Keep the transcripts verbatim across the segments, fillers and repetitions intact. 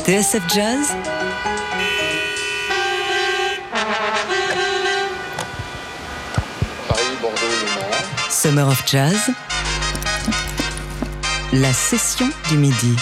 T S F Jazz, Paris, Bordeaux, Le Mans. Summer of Jazz, la session du midi.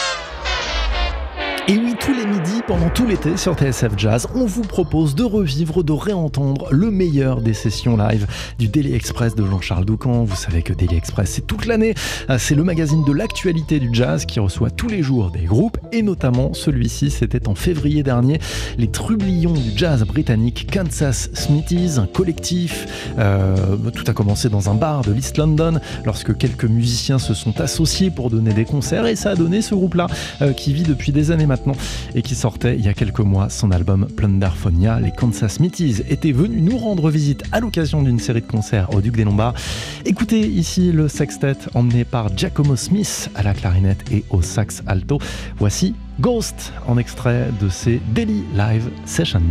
Et oui, tous les midis, pendant tout l'été sur T S F Jazz, on vous propose de revivre, de réentendre le meilleur des sessions live du Daily Express de Jean-Charles Doucan. Vous savez que Daily Express, c'est toute l'année. C'est le magazine de l'actualité du jazz qui reçoit tous les jours des groupes, et notamment celui-ci, c'était en février dernier, les trublions du jazz britannique Kansas Smithies, un collectif. Euh, tout a commencé dans un bar de l'East London, lorsque quelques musiciens se sont associés pour donner des concerts, et ça a donné ce groupe-là, euh, qui vit depuis des années maintenant, et qui sortait il y a quelques mois son album Plunderphonia. Les Kansas Smithies étaient venus nous rendre visite à l'occasion d'une série de concerts au Duc des Lombards. Écoutez ici le sextet emmené par Giacomo Smith à la clarinette et au sax alto. Voici Ghost en extrait de ses Daily Live Sessions.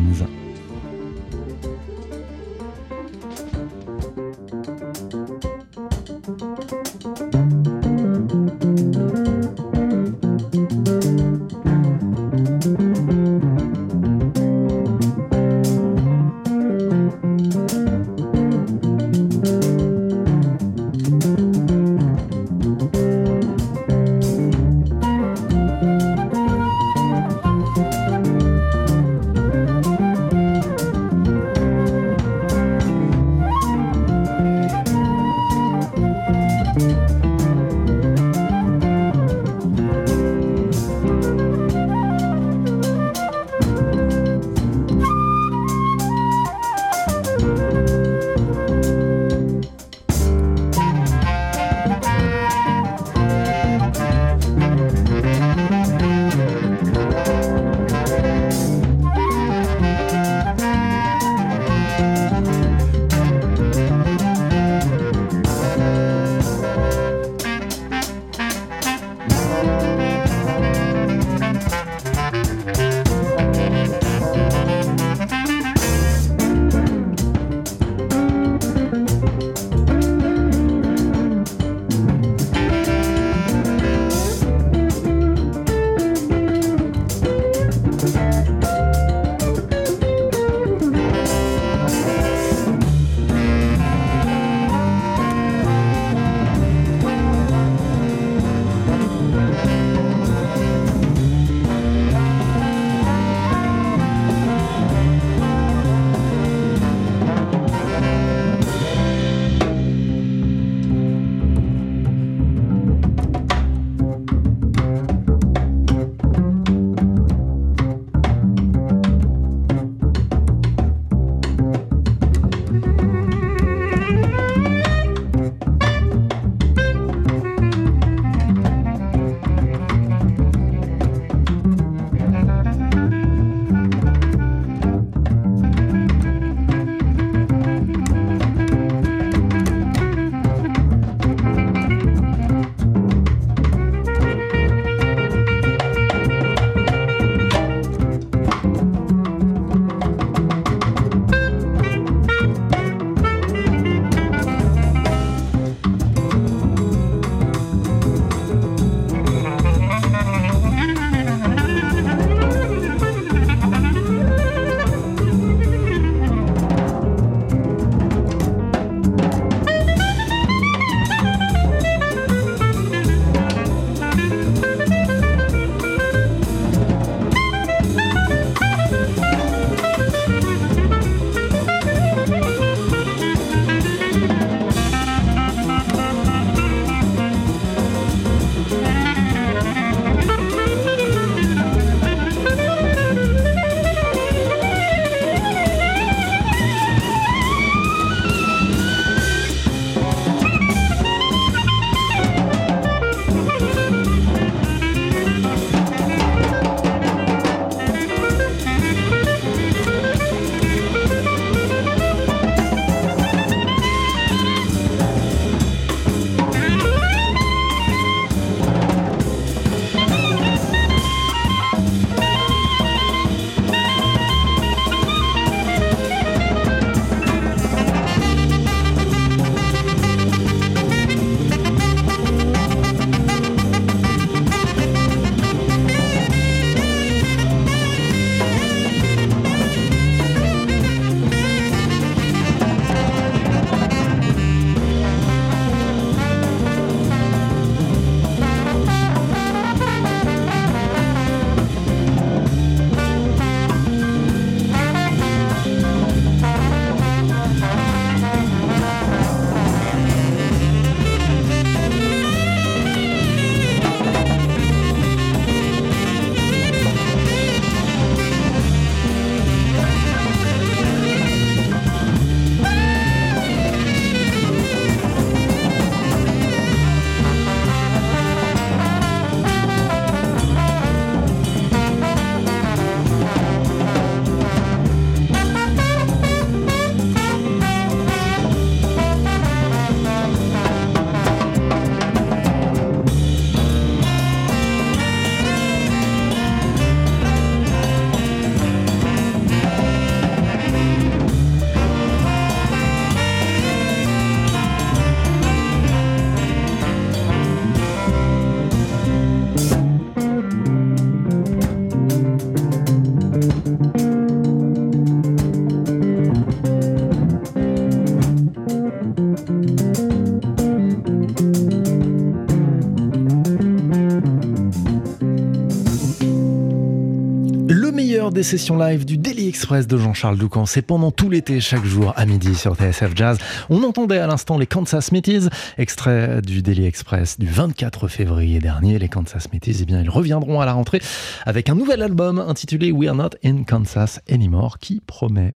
Le meilleur des sessions live du Daily Express de Jean-Charles Doucan, c'est pendant tout l'été, chaque jour à midi sur T S F Jazz. On entendait à l'instant les Kansas Smithies, extrait du Daily Express du vingt-quatre février dernier. Les Kansas Smithies, eh bien, ils reviendront à la rentrée avec un nouvel album intitulé We Are Not in Kansas Anymore qui promet.